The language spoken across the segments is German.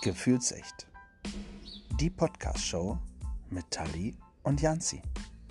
Gefühlsecht. Die Podcast-Show mit Tali und Janzi.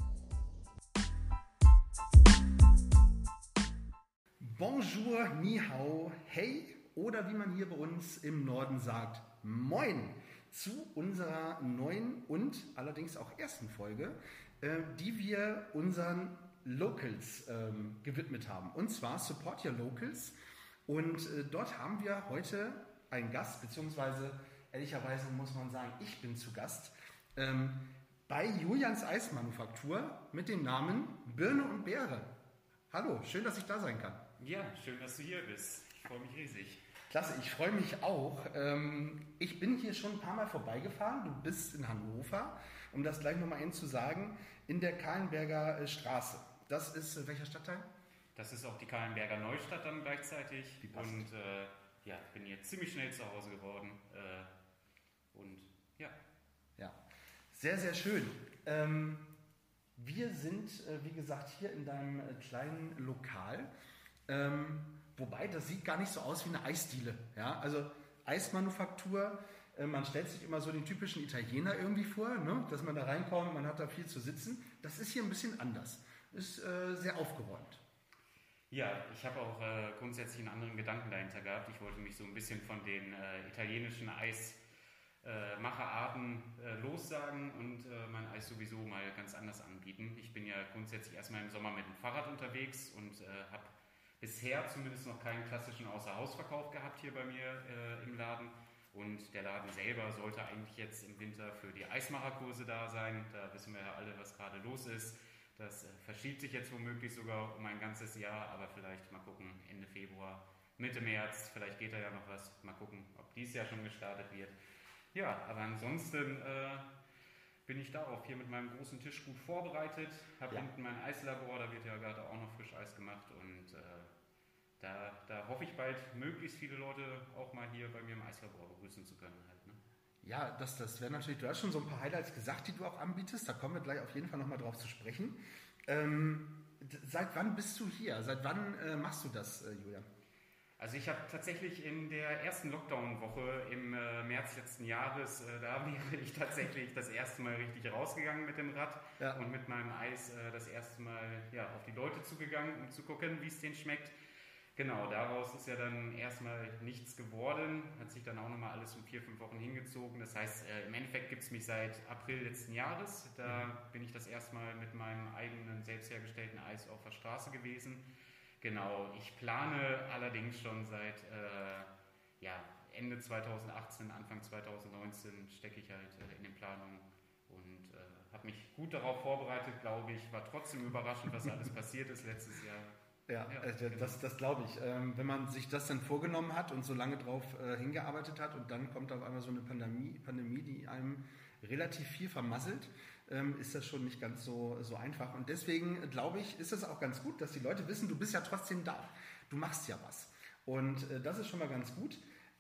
Bonjour, ni hao, hey oder wie man hier bei uns im Norden sagt, moin zu unserer neuen und allerdings auch ersten Folge, die wir unseren Locals gewidmet haben. Und zwar Support Your Locals. Und dort haben wir heute einen Gast, beziehungsweise ehrlicherweise muss man sagen, ich bin zu Gast, bei Julians Eismanufaktur mit dem Namen Birne und Beere. Hallo, schön, dass ich da sein kann. Ja, schön, dass du hier bist. Ich freue mich riesig. Klasse, ich freue mich auch. Ich bin hier schon ein paar Mal vorbeigefahren. Du bist in Hannover, um das gleich nochmal eben zu sagen, in der Kahlenberger Straße. Das ist welcher Stadtteil? Das ist auch die Kahlenberger Neustadt dann gleichzeitig. Und ich bin hier ziemlich schnell zu Hause geworden. Ja, sehr, sehr schön. Wir sind, wie gesagt, hier in deinem kleinen Lokal. Wobei, das sieht gar nicht so aus wie eine Eisdiele. Ja? Also Eismanufaktur, man stellt sich immer so den typischen Italiener irgendwie vor, ne? Dass man da reinkommt, man hat da viel zu sitzen. Das ist hier ein bisschen anders. Ist sehr aufgeräumt. Ja, ich habe auch grundsätzlich einen anderen Gedanken dahinter gehabt. Ich wollte mich so ein bisschen von den italienischen Eismacherarten lossagen und mein Eis sowieso mal ganz anders anbieten. Ich bin ja grundsätzlich erstmal im Sommer mit dem Fahrrad unterwegs und habe bisher zumindest noch keinen klassischen Außerhausverkauf gehabt hier bei mir im Laden. Und der Laden selber sollte eigentlich jetzt im Winter für die Eismacherkurse da sein. Da wissen wir ja alle, was gerade los ist. Das verschiebt sich jetzt womöglich sogar um ein ganzes Jahr, aber vielleicht mal gucken, Ende Februar, Mitte März, vielleicht geht da ja noch was. Mal gucken, ob dieses Jahr schon gestartet wird. Ja, aber ansonsten bin ich da auch hier mit meinem großen Tisch gut vorbereitet. Habe hinten mein Eislabor, da wird ja gerade auch noch frisch Eis gemacht und da hoffe ich bald, möglichst viele Leute auch mal hier bei mir im Eislabor begrüßen zu können. Halt, ne? Ja, das wäre natürlich, du hast schon so ein paar Highlights gesagt, die du auch anbietest, da kommen wir gleich auf jeden Fall nochmal drauf zu sprechen. Seit wann bist du hier? Seit wann machst du das, Julian? Also ich habe tatsächlich in der ersten Lockdown-Woche im März letzten Jahres, da wäre ich tatsächlich das erste Mal richtig rausgegangen mit dem Rad und mit meinem Eis das erste Mal auf die Leute zugegangen, um zu gucken, wie es denen schmeckt. Genau, daraus ist ja dann erstmal nichts geworden, hat sich dann auch nochmal alles um 4-5 Wochen hingezogen. Das heißt, im Endeffekt gibt es mich seit April letzten Jahres. Da bin ich das erste Mal mit meinem eigenen selbst hergestellten Eis auf der Straße gewesen. Genau, ich plane allerdings schon seit Ende 2018, Anfang 2019 stecke ich halt in den Planungen und habe mich gut darauf vorbereitet, glaube ich. War trotzdem überraschend, was alles passiert ist letztes Jahr. Ja, das glaube ich. Wenn man sich das dann vorgenommen hat und so lange drauf hingearbeitet hat und dann kommt auf einmal so eine Pandemie, die einem relativ viel vermasselt, ist das schon nicht ganz so einfach. Und deswegen glaube ich, ist es auch ganz gut, dass die Leute wissen, du bist ja trotzdem da. Du machst ja was. Und das ist schon mal ganz gut.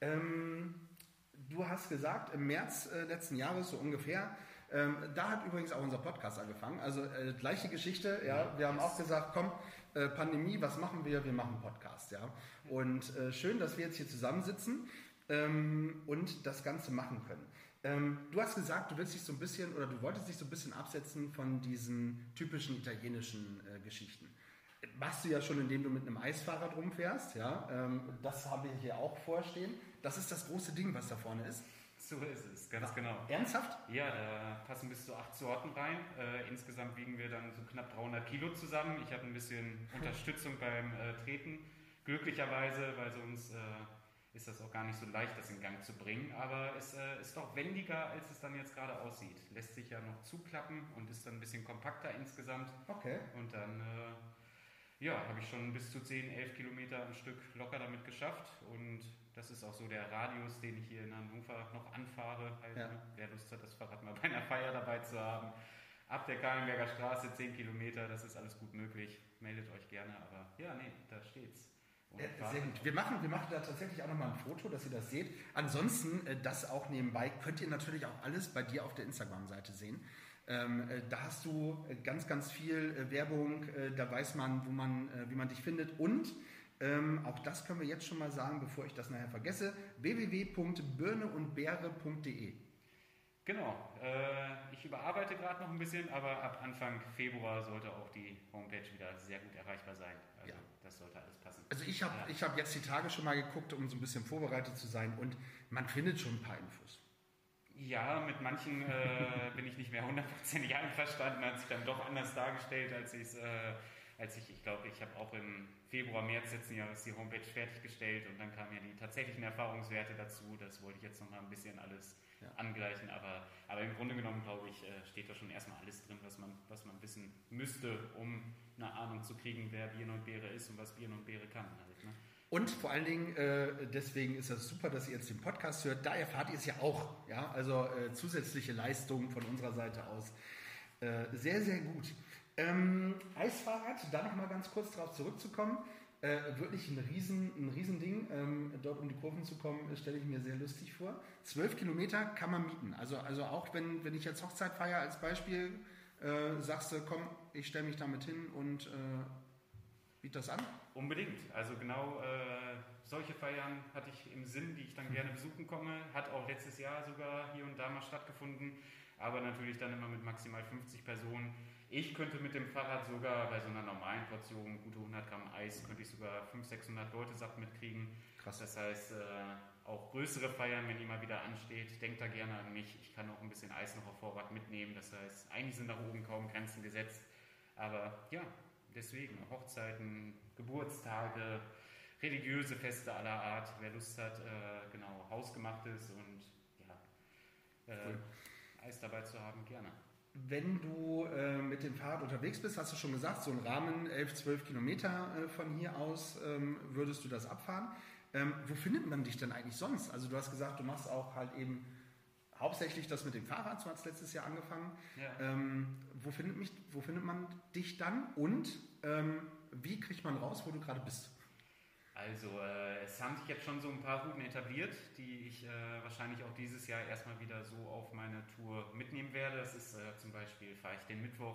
Du hast gesagt, im März letzten Jahres so ungefähr, da hat übrigens auch unser Podcast angefangen. Also gleiche Geschichte. Ja, wir haben auch gesagt, komm, Pandemie, was machen wir? Wir machen einen Podcast. Ja. Und schön, dass wir jetzt hier zusammensitzen und das Ganze machen können. Du hast gesagt, du wolltest dich so ein bisschen absetzen von diesen typischen italienischen Geschichten. Machst du ja schon, indem du mit einem Eisfahrrad rumfährst. Ja? Das haben wir hier auch vorstehen. Das ist das große Ding, was da vorne ist. So ist es, ganz genau. Ernsthaft? Ja, da passen bis zu 8 Sorten rein. Insgesamt wiegen wir dann so knapp 300 Kilo zusammen. Ich habe ein bisschen Unterstützung beim Treten. Glücklicherweise, weil sonst ist das auch gar nicht so leicht, das in Gang zu bringen. Aber es ist doch wendiger, als es dann jetzt gerade aussieht. Lässt sich ja noch zuklappen und ist dann ein bisschen kompakter insgesamt. Okay. Und dann habe ich schon bis zu 10-11 Kilometer am Stück locker damit geschafft. Und das ist auch so der Radius, den ich hier in Hannover noch anfahre. Halt, ne? Wer Lust hat, das Fahrrad mal bei einer Feier dabei zu haben. Ab der Kahlenberger Straße 10 Kilometer, das ist alles gut möglich. Meldet euch gerne, aber da steht's. Sehr gut. Wir machen da tatsächlich auch nochmal ein Foto, dass ihr das seht. Ansonsten, das auch nebenbei, könnt ihr natürlich auch alles bei dir auf der Instagram-Seite sehen. Da hast du ganz, ganz viel Werbung, da weiß man, wie man dich findet. Und Auch das können wir jetzt schon mal sagen, bevor ich das nachher vergesse. www.birneundbeere.de. Genau, ich überarbeite gerade noch ein bisschen, aber ab Anfang Februar sollte auch die Homepage wieder sehr gut erreichbar sein. Also das sollte alles passen. Also ich hab jetzt die Tage schon mal geguckt, um so ein bisschen vorbereitet zu sein und man findet schon ein paar Infos. Ja, mit manchen bin ich nicht mehr hundertprozentig einverstanden, hat sich dann doch anders dargestellt, ich glaube, ich habe auch im Februar, März letzten Jahres die Homepage fertiggestellt und dann kamen ja die tatsächlichen Erfahrungswerte dazu. Das wollte ich jetzt noch mal ein bisschen alles angleichen, aber im Grunde genommen, glaube ich, steht da schon erstmal alles drin, was man wissen müsste, um eine Ahnung zu kriegen, wer Birne und Beere ist und was Birne und Beere kann. Halt, ne? Und vor allen Dingen, deswegen ist es super, dass ihr jetzt den Podcast hört, da erfahrt ihr es ja auch. Ja? Also zusätzliche Leistungen von unserer Seite aus. Sehr, sehr gut. Eisfahrrad, da nochmal ganz kurz drauf zurückzukommen, wirklich ein Riesending. Dort um die Kurven zu kommen, stelle ich mir sehr lustig vor. 12 Kilometer kann man mieten. Also auch wenn ich jetzt Hochzeit feiere als Beispiel, sagst du, komm, ich stelle mich damit hin und biete das an? Unbedingt. Also genau solche Feiern hatte ich im Sinn, die ich dann gerne besuchen komme. Hat auch letztes Jahr sogar hier und da mal stattgefunden, aber natürlich dann immer mit maximal 50 Personen. Ich könnte mit dem Fahrrad sogar bei so einer normalen Portion, gute 100 Gramm Eis, könnte ich sogar 500, 600 Leute satt mitkriegen. Krass. Das heißt, auch größere Feiern, wenn die mal wieder ansteht, denkt da gerne an mich. Ich kann auch ein bisschen Eis noch auf Vorrat mitnehmen. Das heißt, eigentlich sind nach oben kaum Grenzen gesetzt. Aber ja, deswegen Hochzeiten, Geburtstage, religiöse Feste aller Art. Wer Lust hat, genau, hausgemachtes und cool. Eis dabei zu haben, gerne. Wenn du mit dem Fahrrad unterwegs bist, hast du schon gesagt, so ein Rahmen 11, 12 Kilometer von hier aus würdest du das abfahren. Wo findet man dich denn eigentlich sonst? Also du hast gesagt, du machst auch halt eben hauptsächlich das mit dem Fahrrad, so hat es letztes Jahr angefangen. Ja. Wo findet man dich dann und wie kriegt man raus, wo du gerade bist? Also es haben sich jetzt schon so ein paar Routen etabliert, die ich wahrscheinlich auch dieses Jahr erstmal wieder so auf meine Tour mitnehmen werde. Das ist zum Beispiel, fahre ich den Mittwoch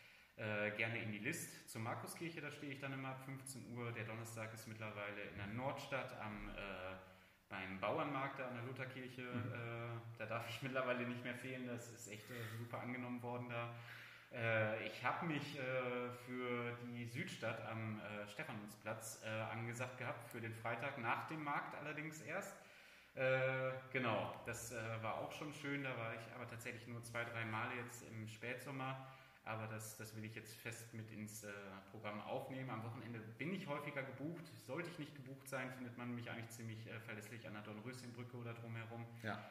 gerne in die List zur Markuskirche, da stehe ich dann immer ab 15 Uhr. Der Donnerstag ist mittlerweile in der Nordstadt beim Bauernmarkt da an der Lutherkirche. Da darf ich mittlerweile nicht mehr fehlen, das ist echt super angenommen worden da. Ich habe mich für die Südstadt am Stephanusplatz angesagt gehabt, für den Freitag nach dem Markt allerdings erst. Genau, das war auch schon schön, da war ich aber tatsächlich nur 2-3 Male jetzt im Spätsommer, aber das will ich jetzt fest mit ins Programm aufnehmen. Am Wochenende bin ich häufiger gebucht, sollte ich nicht gebucht sein, findet man mich eigentlich ziemlich verlässlich an der Dornröschenbrücke oder drumherum. Ja.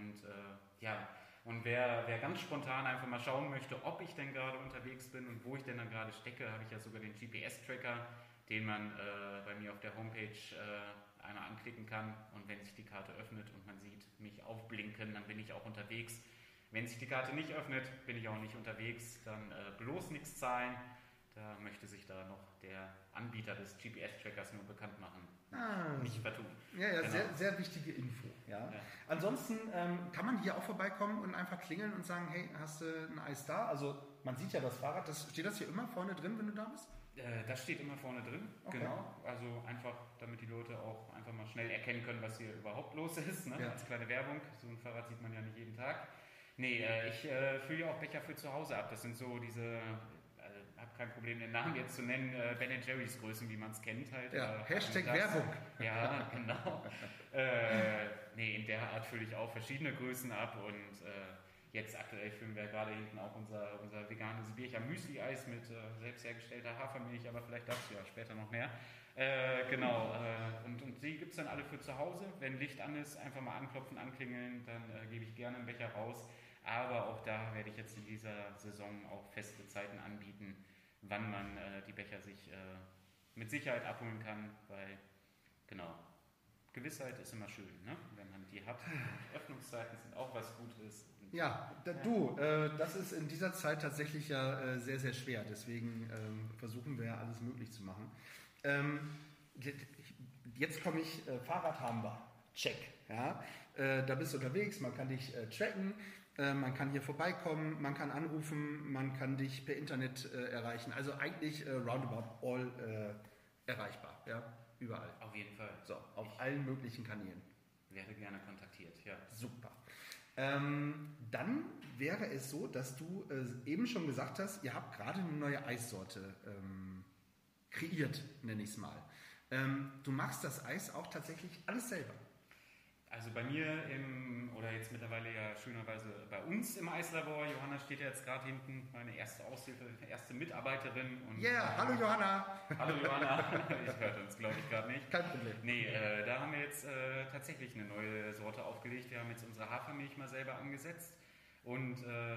Und wer ganz spontan einfach mal schauen möchte, ob ich denn gerade unterwegs bin und wo ich denn dann gerade stecke, habe ich ja sogar den GPS-Tracker, den man bei mir auf der Homepage einmal anklicken kann. Und wenn sich die Karte öffnet und man sieht mich aufblinken, dann bin ich auch unterwegs. Wenn sich die Karte nicht öffnet, bin ich auch nicht unterwegs. Dann bloß nichts zahlen. Da möchte sich da noch der Anbieter des GPS-Trackers nur bekannt machen. Nicht vertun. Ja, genau. sehr, sehr wichtige Info. Ja. Ansonsten kann man hier auch vorbeikommen und einfach klingeln und sagen, hey, hast du ein Eis da? Also man sieht ja das Fahrrad, steht das hier immer vorne drin, wenn du da bist? Das steht immer vorne drin, okay. Genau. Also einfach, damit die Leute auch einfach mal schnell erkennen können, was hier überhaupt los ist. Ne? Ja. Als kleine Werbung. So ein Fahrrad sieht man ja nicht jeden Tag. Nee, ich fülle ja auch Becher für zu Hause ab. Das sind so diese... habe kein Problem, den Namen jetzt zu nennen, Ben & Jerry's Größen, wie man es kennt. Halt, ja, Hashtag Werbung. Ja, genau. In der Art fülle ich auch verschiedene Größen ab und jetzt aktuell füllen wir gerade hinten auch unser veganes Sibircher Müsli-Eis mit selbst hergestellter Hafermilch, aber vielleicht dazu ja später noch mehr. Genau, und die gibt es dann alle für zu Hause. Wenn Licht an ist, einfach mal anklopfen, anklingeln, dann gebe ich gerne einen Becher raus. Aber auch da werde ich jetzt in dieser Saison auch feste Zeiten anbieten, wann man die Becher sich mit Sicherheit abholen kann, weil, genau, Gewissheit ist immer schön, ne? Wenn man die hat. Und Öffnungszeiten sind auch was Gutes. Ja, das ist in dieser Zeit tatsächlich ja sehr, sehr schwer. Deswegen versuchen wir ja alles möglich zu machen. Jetzt komme ich, Fahrrad haben wir. Check. Ja? Da bist du unterwegs, man kann dich tracken. Man kann hier vorbeikommen, man kann anrufen, man kann dich per Internet erreichen. Also eigentlich roundabout all erreichbar. Ja? überall. Auf jeden Fall. So, auf allen möglichen Kanälen. Werde gerne kontaktiert, ja. Super. Dann wäre es so, dass du eben schon gesagt hast, ihr habt gerade eine neue Eissorte kreiert, nenne ich es mal. Du machst das Eis auch tatsächlich alles selber. Also bei mir oder jetzt mittlerweile ja schönerweise bei uns im Eislabor, Johanna steht ja jetzt gerade hinten, meine erste Aushilfe, erste Mitarbeiterin. Hallo Johanna! Hallo Johanna, ich hörte uns glaube ich gerade nicht. Kein Problem. Nee, da haben wir jetzt tatsächlich eine neue Sorte aufgelegt. Wir haben jetzt unsere Hafermilch mal selber angesetzt und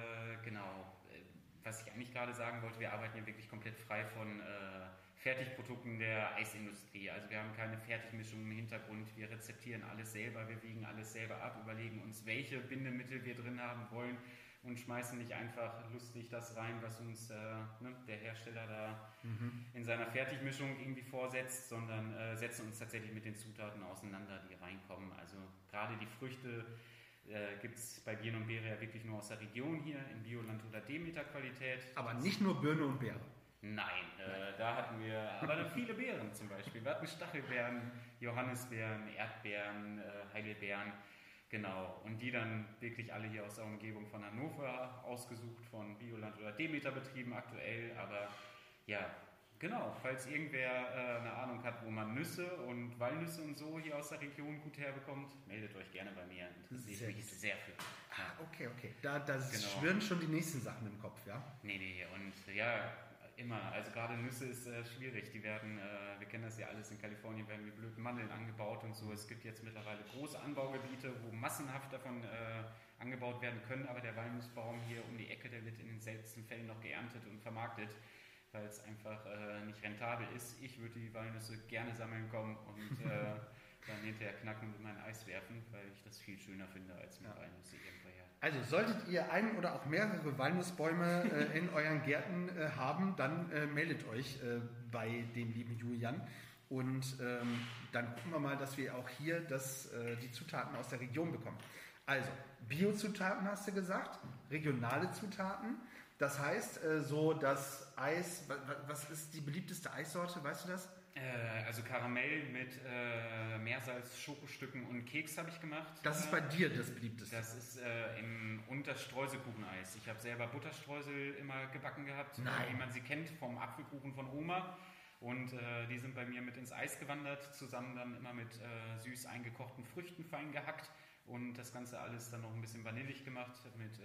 genau, was ich eigentlich gerade sagen wollte, wir arbeiten ja wirklich komplett frei von Fertigprodukten der Eisindustrie. Also wir haben keine Fertigmischung im Hintergrund, wir rezeptieren alles selber, wir wiegen alles selber ab, überlegen uns, welche Bindemittel wir drin haben wollen und schmeißen nicht einfach lustig das rein, was uns der Hersteller da in seiner Fertigmischung irgendwie vorsetzt, sondern setzen uns tatsächlich mit den Zutaten auseinander, die reinkommen. Also gerade die Früchte gibt es bei Birne und Beere ja wirklich nur aus der Region hier, in Bioland oder Demeter-Qualität. Aber nicht nur Birne und Beere. Nein, da hatten wir aber dann viele Beeren zum Beispiel. Wir hatten Stachelbeeren, Johannisbeeren, Erdbeeren, Heidelbeeren, genau. Und die dann wirklich alle hier aus der Umgebung von Hannover ausgesucht, von Bioland oder Demeter betrieben aktuell. Aber ja, genau, falls irgendwer eine Ahnung hat, wo man Nüsse und Walnüsse und so hier aus der Region gut herbekommt, meldet euch gerne bei mir. Interessiert mich sehr für. Ah, okay. Da schwirren schon die nächsten Sachen im Kopf, ja? Nee. Und ja, immer. Also gerade Nüsse ist schwierig. Die werden, wir kennen das ja alles, in Kalifornien werden wie blöd Mandeln angebaut und so. Es gibt jetzt mittlerweile große Anbaugebiete, wo massenhaft davon angebaut werden können, aber der Walnussbaum hier um die Ecke, der wird in den seltensten Fällen noch geerntet und vermarktet, weil es einfach nicht rentabel ist. Ich würde die Walnüsse gerne sammeln kommen und dann hinterher knacken und in mein Eis werfen, weil ich das viel schöner finde als mit Walnüsse irgendwo her. Also solltet ihr ein oder auch mehrere Walnussbäume in euren Gärten haben, dann meldet euch bei dem lieben Julian und dann gucken wir mal, dass wir auch hier die Zutaten aus der Region bekommen. Also Biozutaten hast du gesagt, regionale Zutaten. Das heißt, so das Eis, was ist die beliebteste Eissorte, weißt du das? Also Karamell mit Meersalz, Schokostücken und Keks habe ich gemacht. Das ist bei dir das beliebteste? Das ist unter Streuselkucheneis. Ich habe selber Butterstreusel immer gebacken gehabt, wie man sie kennt vom Apfelkuchen von Oma. Und die sind bei mir mit ins Eis gewandert, zusammen dann immer mit süß eingekochten Früchten fein gehackt und das Ganze alles dann noch ein bisschen vanillig gemacht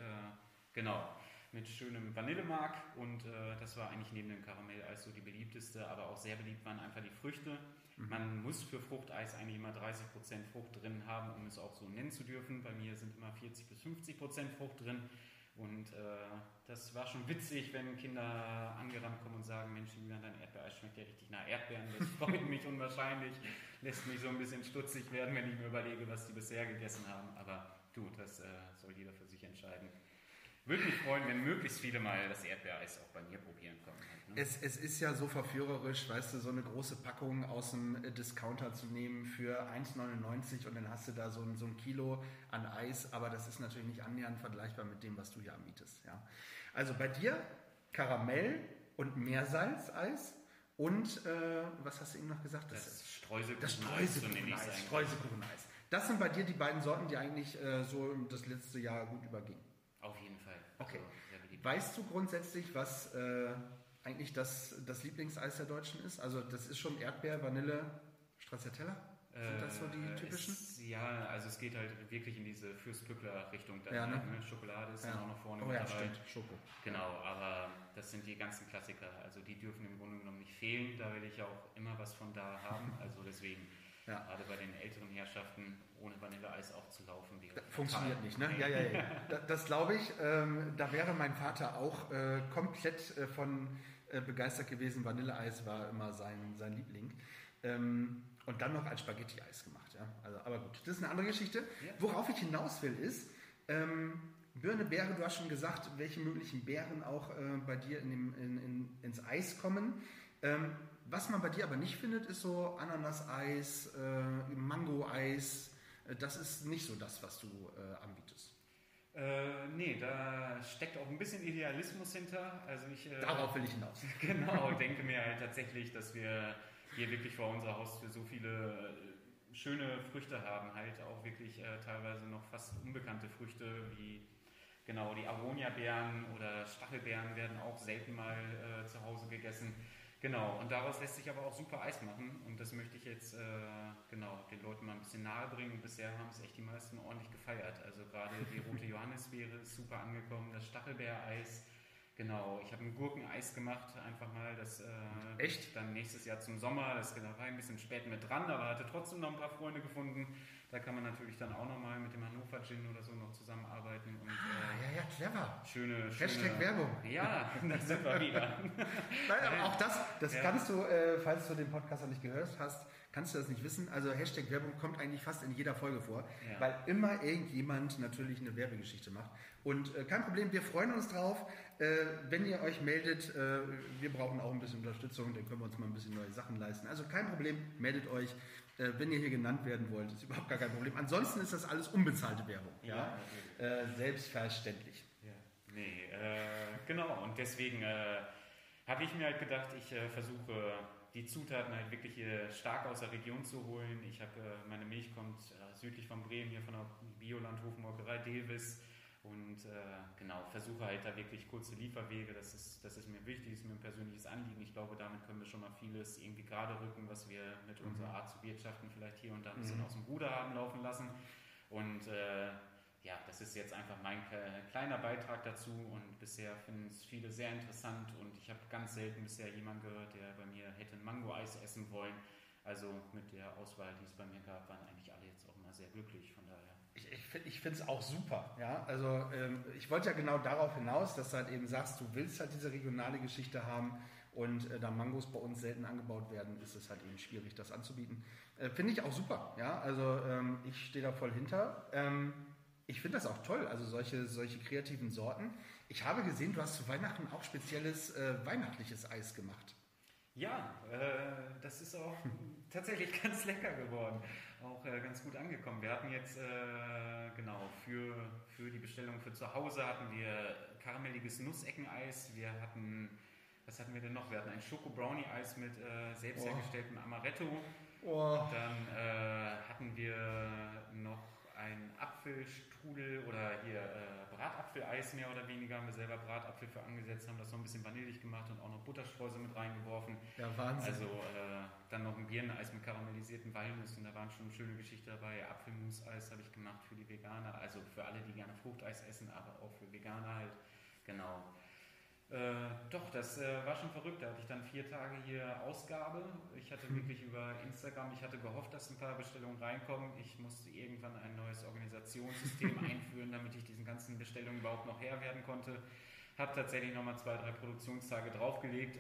mit schönem Vanillemark und das war eigentlich neben dem Karamelleis so die beliebteste, aber auch sehr beliebt waren einfach die Früchte. Man muss für Fruchteis eigentlich immer 30% Frucht drin haben, um es auch so nennen zu dürfen. Bei mir sind immer 40-50% Frucht drin und das war schon witzig, wenn Kinder angerannt kommen und sagen, Mensch, Julian, dein Erdbeereis schmeckt ja richtig nach Erdbeeren. Das freut mich unwahrscheinlich, lässt mich so ein bisschen stutzig werden, wenn ich mir überlege, was die bisher gegessen haben. Aber du, das soll jeder für sich entscheiden. Würde mich freuen, wenn möglichst viele mal das Erdbeereis auch bei mir probieren können. Halt, ne? Es ist ja so verführerisch, weißt du, so eine große Packung aus dem Discounter zu nehmen für 1,99 und dann hast du da so ein Kilo an Eis, aber das ist natürlich nicht annähernd vergleichbar mit dem, was du hier anbietest. Ja? Also bei dir Karamell und Meersalzeis und was hast du eben noch gesagt? Das Streuselkucheneis. Das Streuselkucheneis. Das sind bei dir die beiden Sorten, die eigentlich so das letzte Jahr gut übergingen. Auf jeden Fall. Okay. Weißt du grundsätzlich, was eigentlich das Lieblingseis der Deutschen ist? Also das ist schon Erdbeer, Vanille, Stracciatella? Sind das so die typischen? Es geht halt wirklich in diese Fürst-Pückler-Richtung. Ne? Schokolade ist dann auch noch vorne mit dabei. Stimmt, Schoko. Genau, aber das sind die ganzen Klassiker. Also die dürfen im Grunde genommen nicht fehlen. Da will ich auch immer was von da haben. Also deswegen, gerade bei den älteren Herrschaften, ohne Vanilleeis aufzulaufen. Funktioniert nicht, ne? Ja. Das glaube ich. Da wäre mein Vater auch komplett von begeistert gewesen. Vanilleeis war immer sein Liebling. Und dann noch als Spaghetti-Eis gemacht. Ja? Also, aber gut, das ist eine andere Geschichte. Ja. Worauf ich hinaus will ist, Birne, Beere, du hast schon gesagt, welche möglichen Beeren auch bei dir ins Eis kommen. Was man bei dir aber nicht findet, ist so Ananas-Eis, Mango-Eis. Das ist nicht so das, was du anbietest. Nee, da steckt auch ein bisschen Idealismus hinter. Also darauf will ich hinaus. Genau, denke mir halt tatsächlich, dass wir hier wirklich vor unserer Haustür so viele schöne Früchte haben, halt auch wirklich teilweise noch fast unbekannte Früchte wie genau die Aronia-Beeren oder Stachelbeeren werden auch selten mal zu Hause gegessen. Genau, und daraus lässt sich aber auch super Eis machen und das möchte ich jetzt den Leuten mal ein bisschen nahe bringen. Und bisher haben es echt die meisten ordentlich gefeiert. Also gerade die rote Johannisbeere ist super angekommen, das Stachelbeereis. Genau, ich habe ein Gurkeneis gemacht, einfach mal das echt? Dann nächstes Jahr zum Sommer. Das war ein bisschen spät mit dran, aber hatte trotzdem noch ein paar Freunde gefunden. Da kann man natürlich dann auch nochmal mit dem Hannover Gin oder so noch zusammenarbeiten. Und, ja, clever. Schöne Hashtag Werbung. Ja, da sind wir wieder. Nein, aber auch das kannst du, falls du den Podcast noch nicht gehört hast, kannst du das nicht wissen. Also Hashtag Werbung kommt eigentlich fast in jeder Folge vor, weil immer irgendjemand natürlich eine Werbegeschichte macht. Und kein Problem, wir freuen uns drauf, wenn ihr euch meldet. Wir brauchen auch ein bisschen Unterstützung, dann können wir uns mal ein bisschen neue Sachen leisten. Also kein Problem, meldet euch. Wenn ihr hier genannt werden wollt, ist überhaupt gar kein Problem. Ansonsten ist das alles unbezahlte Werbung. Ja? Selbstverständlich. Ja. Nee, genau. Und deswegen habe ich mir halt gedacht, ich versuche die Zutaten halt wirklich hier stark aus der Region zu holen. Ich habe, meine Milch kommt südlich von Bremen, hier von der Biolandhofmolkerei Davis. Und versuche halt da wirklich kurze Lieferwege, das ist mir wichtig, ist mir ein persönliches Anliegen. Ich glaube, damit können wir schon mal vieles irgendwie gerade rücken, was wir mit unserer Art zu wirtschaften vielleicht hier und da ein bisschen aus dem Ruder haben laufen lassen. Und das ist jetzt einfach mein kleiner Beitrag dazu und bisher finden es viele sehr interessant und ich habe ganz selten bisher jemanden gehört, der bei mir hätte ein Mango-Eis essen wollen. Also mit der Auswahl, die es bei mir gab, waren eigentlich alle jetzt auch mal sehr glücklich, von daher. Ich finde es auch super. Ja? Also ich wollte ja genau darauf hinaus, dass du halt eben sagst, du willst halt diese regionale Geschichte haben und da Mangos bei uns selten angebaut werden, ist es halt eben schwierig, das anzubieten. Finde ich auch super. Ja? Also ich stehe da voll hinter. Ich finde das auch toll, also solche kreativen Sorten. Ich habe gesehen, du hast zu Weihnachten auch spezielles weihnachtliches Eis gemacht. Ja, das ist auch tatsächlich ganz lecker geworden, auch ganz gut angekommen. Wir hatten jetzt für die Bestellung für zu Hause hatten wir karamelliges Nusseckeneis. Was hatten wir denn noch? Wir hatten ein Schoko-Brownie-Eis mit selbst hergestelltem Amaretto. Dann hatten wir noch ein Apfelstrudel oder hier Bratapfeleis mehr oder weniger. Haben wir selber Bratapfel für angesetzt, haben das noch ein bisschen vanillig gemacht und auch noch Butterstreusel mit reingeworfen. Ja, Wahnsinn. Also dann noch ein Birneneis mit karamellisierten Walnüssen, da waren schon eine schöne Geschichte dabei. Apfelmus-Eis habe ich gemacht für die Veganer, also für alle, die gerne Fruchteis essen, aber auch für Veganer halt. Genau. Das war schon verrückt. Da hatte ich dann 4 Tage hier Ausgabe. Ich hatte wirklich über Instagram, ich hatte gehofft, dass ein paar Bestellungen reinkommen. Ich musste irgendwann ein neues Organisationssystem einführen, damit ich diesen ganzen Bestellungen überhaupt noch Herr werden konnte. Habe tatsächlich nochmal 2, 3 Produktionstage draufgelegt,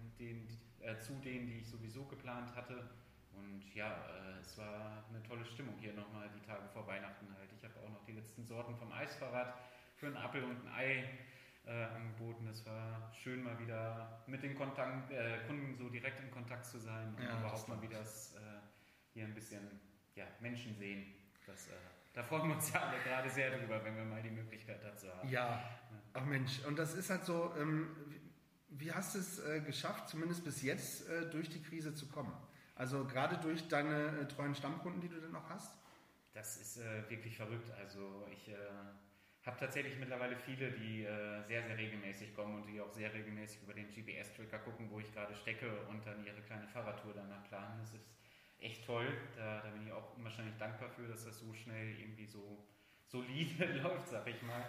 zu denen, die ich sowieso geplant hatte. Und es war eine tolle Stimmung hier nochmal die Tage vor Weihnachten halt. Ich habe auch noch die letzten Sorten vom Eisfahrrad für einen Apfel und ein Ei angeboten. Das war schön, mal wieder mit den Kunden so direkt in Kontakt zu sein und überhaupt mal wieder hier ein bisschen Menschen sehen. Da freuen wir uns ja alle gerade sehr drüber, wenn wir mal die Möglichkeit dazu haben. Ja, ach Mensch, und das ist halt so, wie hast du es geschafft, zumindest bis jetzt durch die Krise zu kommen? Also gerade durch deine treuen Stammkunden, die du dann noch hast? Das ist wirklich verrückt. Also ich habe tatsächlich mittlerweile viele, die sehr, sehr regelmäßig kommen und die auch sehr regelmäßig über den GPS-Tracker gucken, wo ich gerade stecke und dann ihre kleine Fahrradtour danach planen. Das ist echt toll. Da bin ich auch unwahrscheinlich dankbar für, dass das so schnell irgendwie so solide läuft, sag ich mal.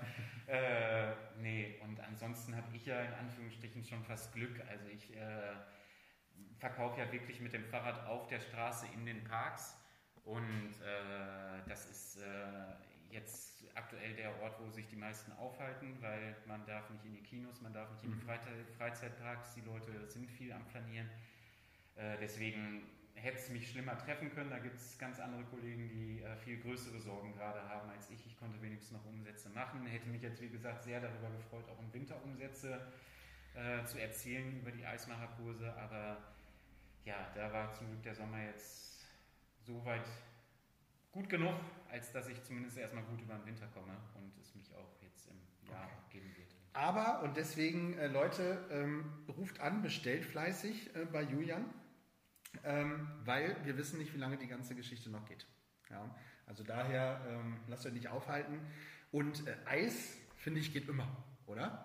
Und ansonsten habe ich ja in Anführungsstrichen schon fast Glück. Also ich verkaufe ja wirklich mit dem Fahrrad auf der Straße in den Parks und das ist jetzt aktuell der Ort, wo sich die meisten aufhalten, weil man darf nicht in die Kinos, man darf nicht in die Freizeitparks, die Leute sind viel am Planieren. Deswegen hätte es mich schlimmer treffen können. Da gibt es ganz andere Kollegen, die viel größere Sorgen gerade haben als ich. Ich konnte wenigstens noch Umsätze machen. Hätte mich jetzt, wie gesagt, sehr darüber gefreut, auch im Winter Umsätze zu erzielen über die Eismacherkurse. Aber da war zum Glück der Sommer jetzt soweit gut genug, als dass ich zumindest erstmal gut über den Winter komme und es mich auch jetzt im Jahr geben wird. Aber, und deswegen, Leute, ruft an, bestellt fleißig bei Julian. weil wir wissen nicht, wie lange die ganze Geschichte noch geht. Ja, also daher lasst euch nicht aufhalten. Und Eis, finde ich, geht immer, oder?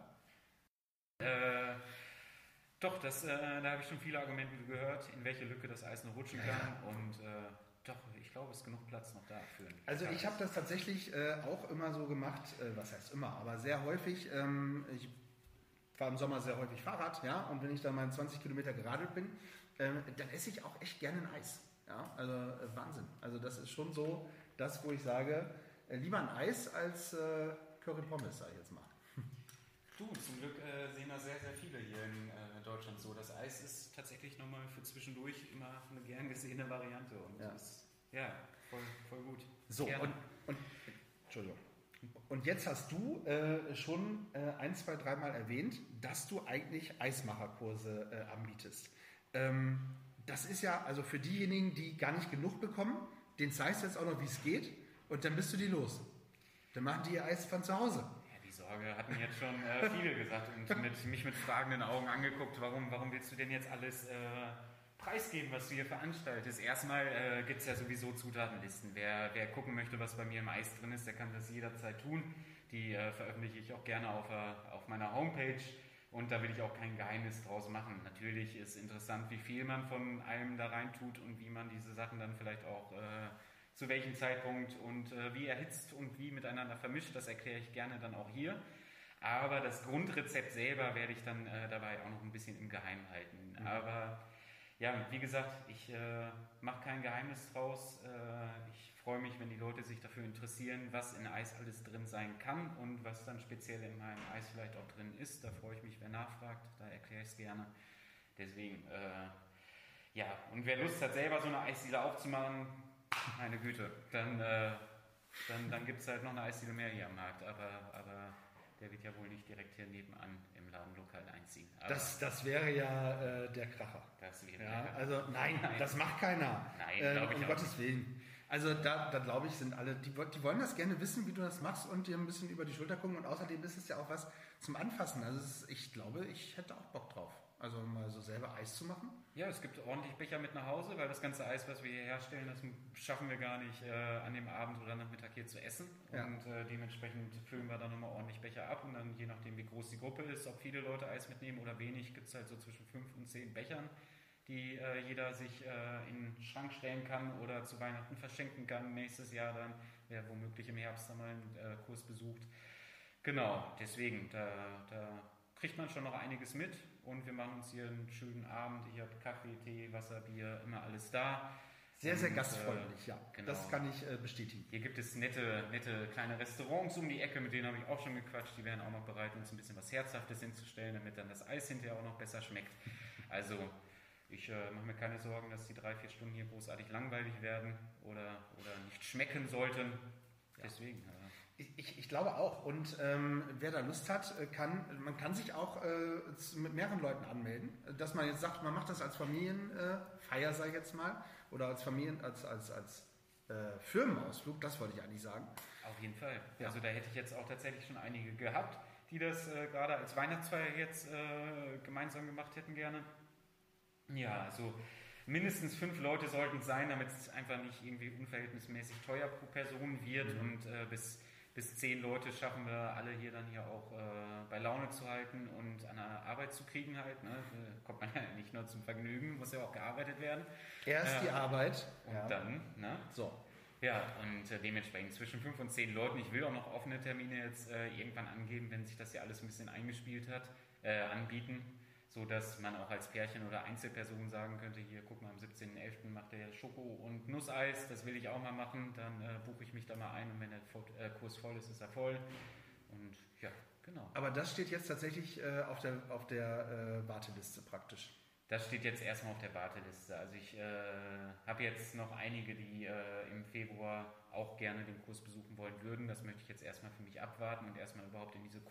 Doch, da habe ich schon viele Argumente gehört, in welche Lücke das Eis noch rutschen kann. Und doch, ich glaube, es ist genug Platz noch da für. Also ich habe das tatsächlich auch immer so gemacht, was heißt immer, aber sehr häufig. Ich fahre im Sommer sehr häufig Fahrrad, ja, und wenn ich dann mal 20 Kilometer geradelt bin, dann esse ich auch echt gerne ein Eis. Ja, also Wahnsinn. Also das ist schon so das, wo ich sage, lieber ein Eis als Curry Pommes, sage ich jetzt mal. Du, zum Glück sehen das sehr, sehr viele hier in Deutschland so. Das Eis ist tatsächlich nochmal für zwischendurch immer eine gern gesehene Variante und ist voll gut. So, Entschuldigung. Und jetzt hast du schon 1, 2, 3 Mal erwähnt, dass du eigentlich Eismacherkurse anbietest. Das ist ja, also für diejenigen, die gar nicht genug bekommen, denen zeigst du jetzt auch noch, wie es geht und dann bist du die los. Dann machen die ihr Eis von zu Hause. Die Sorge hatten jetzt schon viele gesagt und mich mit fragenden Augen angeguckt, warum willst du denn jetzt alles preisgeben, was du hier veranstaltest? Erstmal gibt es ja sowieso Zutatenlisten. Wer gucken möchte, was bei mir im Eis drin ist, der kann das jederzeit tun. Die veröffentliche ich auch gerne auf meiner Homepage und da will ich auch kein Geheimnis draus machen. Natürlich ist interessant, wie viel man von allem da rein tut und wie man diese Sachen dann vielleicht auch zu welchem Zeitpunkt und wie erhitzt und wie miteinander vermischt, das erkläre ich gerne dann auch hier. Aber das Grundrezept selber werde ich dann dabei auch noch ein bisschen im Geheimen halten. Mhm. Aber ja, wie gesagt, ich mache kein Geheimnis draus. Ich freue mich, wenn die Leute sich dafür interessieren, was in Eis alles drin sein kann und was dann speziell in meinem Eis vielleicht auch drin ist. Da freue ich mich, wer nachfragt, da erkläre ich es gerne. Deswegen, und wer Lust hat, selber so eine Eisdiele aufzumachen, meine Güte, dann gibt es halt noch eine Eisdiele mehr hier am Markt, aber der wird ja wohl nicht direkt hier nebenan im Ladenlokal einziehen. Aber das wäre ja der Kracher. Das wäre ja, also nein, das macht keiner. Nein, glaube ich um auch Gottes Willen. Also da glaube ich, sind alle, die wollen das gerne wissen, wie du das machst und dir ein bisschen über die Schulter gucken und außerdem ist es ja auch was zum Anfassen. Also ich glaube, ich hätte auch Bock drauf. Also mal so selber Eis zu machen? Ja, es gibt ordentlich Becher mit nach Hause, weil das ganze Eis, was wir hier herstellen, das schaffen wir gar nicht an dem Abend oder Nachmittag hier zu essen. Ja. Und dementsprechend füllen wir dann nochmal ordentlich Becher ab und dann je nachdem, wie groß die Gruppe ist, ob viele Leute Eis mitnehmen oder wenig, gibt es halt so zwischen 5 und 10 Bechern, die jeder sich in den Schrank stellen kann oder zu Weihnachten verschenken kann. Nächstes Jahr dann, wer womöglich im Herbst dann mal einen Kurs besucht. Genau, deswegen, da kriegt man schon noch einiges mit und wir machen uns hier einen schönen Abend. Ich habe Kaffee, Tee, Wasser, Bier, immer alles da. Sehr, sehr gastfreundlich, ja. Genau. Das kann ich bestätigen. Hier gibt es nette kleine Restaurants um die Ecke, mit denen habe ich auch schon gequatscht. Die wären auch noch bereit, uns ein bisschen was Herzhaftes hinzustellen, damit dann das Eis hinterher auch noch besser schmeckt. Also ich mache mir keine Sorgen, dass die 3-4 Stunden hier großartig langweilig werden oder nicht schmecken sollten. Ja. Deswegen. Ich glaube auch. Und wer da Lust hat, man kann sich auch mit mehreren Leuten anmelden. Dass man jetzt sagt, man macht das als Familienfeier, sage ich jetzt mal, oder als Firmenausflug, das wollte ich eigentlich sagen. Auf jeden Fall. Ja. Also da hätte ich jetzt auch tatsächlich schon einige gehabt, die das gerade als Weihnachtsfeier jetzt gemeinsam gemacht hätten gerne. Ja, also mindestens 5 Leute sollten es sein, damit es einfach nicht irgendwie unverhältnismäßig teuer pro Person wird und bis 10 Leute schaffen wir alle hier dann auch bei Laune zu halten und an der Arbeit zu kriegen halt. Ne? Kommt man ja nicht nur zum Vergnügen, muss ja auch gearbeitet werden. Erst die Arbeit. Und dann, ne? So. Ja, und dementsprechend zwischen 5 und 10 Leuten. Ich will auch noch offene Termine jetzt irgendwann angeben, wenn sich das ja alles ein bisschen eingespielt hat, anbieten, so dass man auch als Pärchen oder Einzelperson sagen könnte, hier, guck mal, am 17.11. macht der Schoko- und Nusseis, das will ich auch mal machen, dann buche ich mich da mal ein und wenn der Kurs voll ist, ist er voll. Und ja, genau. Aber das steht jetzt tatsächlich auf der Warteliste praktisch. Das steht jetzt erstmal auf der Warteliste. Also ich habe jetzt noch einige, die im Februar auch gerne den Kurs besuchen wollen würden. Das möchte ich jetzt erstmal für mich abwarten und erstmal überhaupt in diese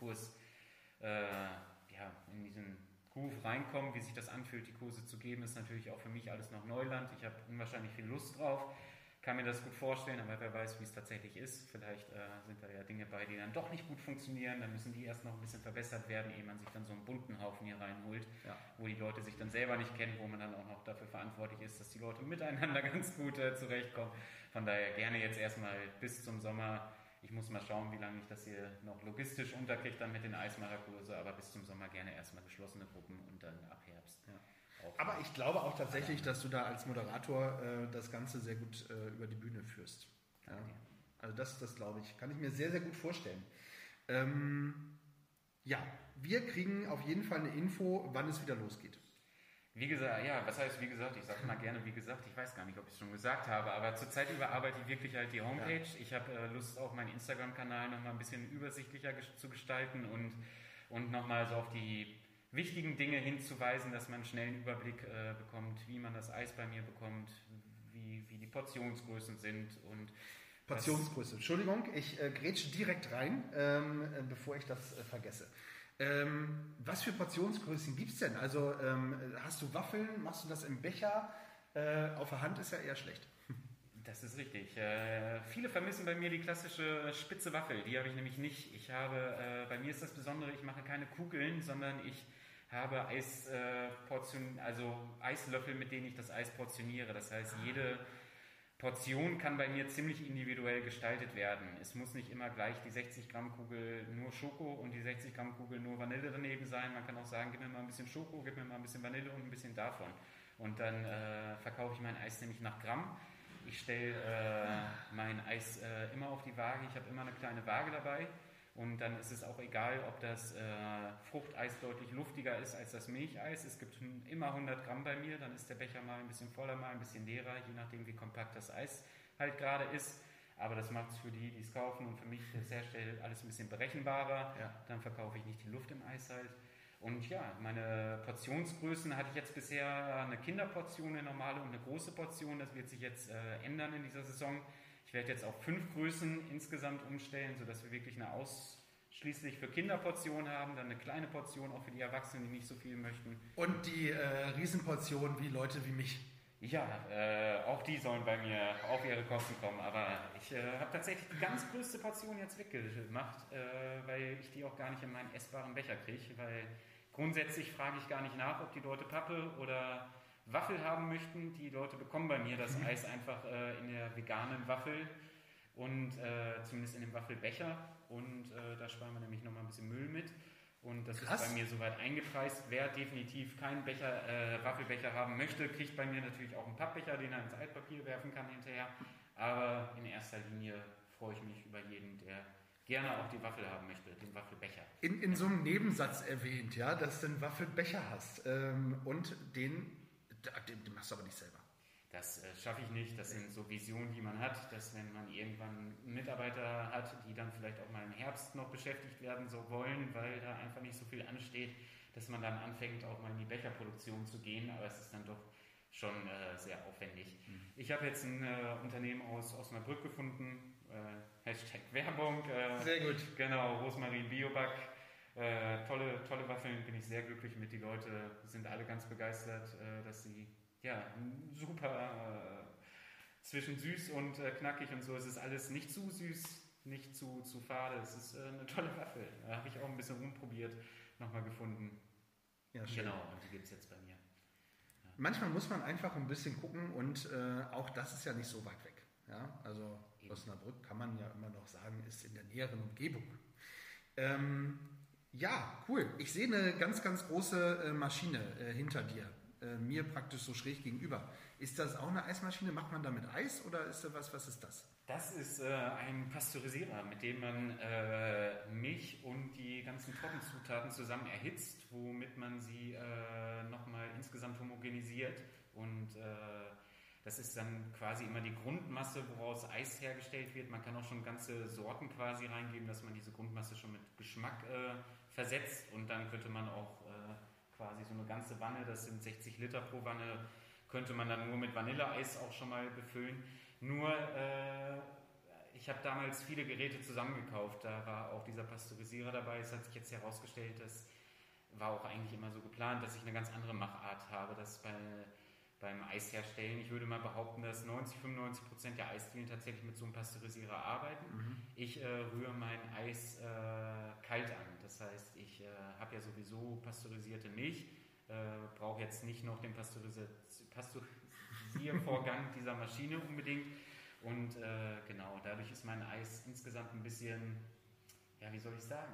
in diesen Groove reinkommen, wie sich das anfühlt, die Kurse zu geben, ist natürlich auch für mich alles noch Neuland. Ich habe unwahrscheinlich viel Lust drauf, kann mir das gut vorstellen, aber wer weiß, wie es tatsächlich ist. Vielleicht sind da ja Dinge bei, die dann doch nicht gut funktionieren. Dann müssen die erst noch ein bisschen verbessert werden, ehe man sich dann so einen bunten Haufen hier reinholt, wo die Leute sich dann selber nicht kennen, wo man dann auch noch dafür verantwortlich ist, dass die Leute miteinander ganz gut zurechtkommen. Von daher gerne jetzt erstmal bis zum Sommer. Ich muss mal schauen, wie lange ich das hier noch logistisch unterkriege dann mit den Eismacherkurse, aber bis zum Sommer gerne erstmal geschlossene Gruppen und dann ab Herbst. Ja. Aber ich glaube auch tatsächlich, dass du da als Moderator das Ganze sehr gut über die Bühne führst. Ja. Also das glaube ich, kann ich mir sehr, sehr gut vorstellen. Wir kriegen auf jeden Fall eine Info, wann es wieder losgeht. Wie gesagt, was heißt wie gesagt? Ich sage mal gerne wie gesagt, ich weiß gar nicht, ob ich es schon gesagt habe, aber zurzeit überarbeite ich wirklich halt die Homepage. Ja. Ich habe Lust, auch meinen Instagram-Kanal nochmal ein bisschen übersichtlicher zu gestalten und nochmal so auf die wichtigen Dinge hinzuweisen, dass man einen schnellen Überblick bekommt, wie man das Eis bei mir bekommt, wie die Portionsgrößen sind und Portionsgröße. Entschuldigung, ich grätsche direkt rein, bevor ich das vergesse. Was für Portionsgrößen gibt es denn? Also hast du Waffeln, machst du das im Becher? Auf der Hand ist ja eher schlecht. Das ist richtig. Viele vermissen bei mir die klassische spitze Waffel. Die habe ich nämlich nicht. Bei mir ist das Besondere, ich mache keine Kugeln, sondern ich habe Eislöffel, mit denen ich das Eis portioniere. Das heißt, jede Portion kann bei mir ziemlich individuell gestaltet werden. Es muss nicht immer gleich die 60 Gramm Kugel nur Schoko und die 60 Gramm Kugel nur Vanille daneben sein. Man kann auch sagen, gib mir mal ein bisschen Schoko, gib mir mal ein bisschen Vanille und ein bisschen davon. Und dann verkaufe ich mein Eis nämlich nach Gramm. Ich stelle mein Eis immer auf die Waage. Ich habe immer eine kleine Waage dabei. Und dann ist es auch egal, ob das Fruchteis deutlich luftiger ist als das Milcheis. Es gibt immer 100 Gramm bei mir, dann ist der Becher mal ein bisschen voller, mal ein bisschen leerer, je nachdem wie kompakt das Eis halt gerade ist. Aber das macht es für die, die es kaufen und für mich, das herstellt, alles ein bisschen berechenbarer. Ja. Dann verkaufe ich nicht die Luft im Eis halt. Und ja, meine Portionsgrößen hatte ich jetzt bisher eine Kinderportion, eine normale und eine große Portion. Das wird sich jetzt ändern in dieser Saison. Ich werde jetzt auf 5 Größen insgesamt umstellen, sodass wir wirklich eine ausschließlich für Kinderportion haben, dann eine kleine Portion auch für die Erwachsenen, die nicht so viel möchten. Und die Riesenportion wie Leute wie mich. Ja, auch die sollen bei mir auf ihre Kosten kommen, aber ich habe tatsächlich die ganz größte Portion jetzt weggemacht, weil ich die auch gar nicht in meinen essbaren Becher kriege, weil grundsätzlich frage ich gar nicht nach, ob die Leute Pappe oder Waffel haben möchten. Die Leute bekommen bei mir das Eis einfach in der veganen Waffel und zumindest in dem Waffelbecher und da sparen wir nämlich nochmal ein bisschen Müll mit und das ist bei mir soweit eingepreist. Wer definitiv keinen Waffelbecher haben möchte, kriegt bei mir natürlich auch einen Pappbecher, den er ins Altpapier werfen kann hinterher, aber in erster Linie freue ich mich über jeden, der gerne auch die Waffel haben möchte, den Waffelbecher. In so einem Nebensatz erwähnt, ja, dass du einen Waffelbecher hast und den machst du aber nicht selber. Das schaffe ich nicht. Das sind so Visionen, die man hat, dass wenn man irgendwann Mitarbeiter hat, die dann vielleicht auch mal im Herbst noch beschäftigt werden so wollen, weil da einfach nicht so viel ansteht, dass man dann anfängt, auch mal in die Becherproduktion zu gehen. Aber es ist dann doch schon sehr aufwendig. Ich habe jetzt ein Unternehmen aus Osnabrück gefunden, Hashtag Werbung. Sehr gut. Genau, Rosmarin Bioback. Tolle Waffeln, bin ich sehr glücklich mit. Die Leute sind alle ganz begeistert, dass sie super zwischen süß und knackig und so. Es ist alles nicht zu süß, nicht zu fade. Es ist eine tolle Waffel. Da habe ich auch ein bisschen rumprobiert, nochmal gefunden. Ja, schön. Genau, und die gibt es jetzt bei mir. Ja. Manchmal muss man einfach ein bisschen gucken und auch das ist ja nicht so weit weg. Ja? Also Osnabrück kann man ja immer noch sagen, ist in der näheren Umgebung. Ja, cool. Ich sehe eine ganz, ganz große Maschine hinter dir. Mir praktisch so schräg gegenüber. Ist das auch eine Eismaschine? Macht man damit Eis oder ist das was ist das? Das ist ein Pasteurisierer, mit dem man Milch und die ganzen Trockenzutaten zusammen erhitzt, womit man sie nochmal insgesamt homogenisiert. Und das ist dann quasi immer die Grundmasse, woraus Eis hergestellt wird. Man kann auch schon ganze Sorten quasi reingeben, dass man diese Grundmasse schon mit Geschmack versetzt. Und dann könnte man auch quasi so eine ganze Wanne, das sind 60 Liter pro Wanne, könnte man dann nur mit Vanilleeis auch schon mal befüllen. Nur, ich habe damals viele Geräte zusammengekauft, da war auch dieser Pasteurisierer dabei. Es hat sich jetzt herausgestellt, das war auch eigentlich immer so geplant, dass ich eine ganz andere Machart habe, dass bei beim Eisherstellen. Ich würde mal behaupten, dass 90-95% der Eisdielen tatsächlich mit so einem Pasteurisierer arbeiten. Ich rühre mein Eis kalt an. Das heißt, ich habe ja sowieso pasteurisierte Milch, brauche jetzt nicht noch den Pasteurisiervorgang dieser Maschine unbedingt. Und genau, dadurch ist mein Eis insgesamt ein bisschen, ja, wie soll ich sagen,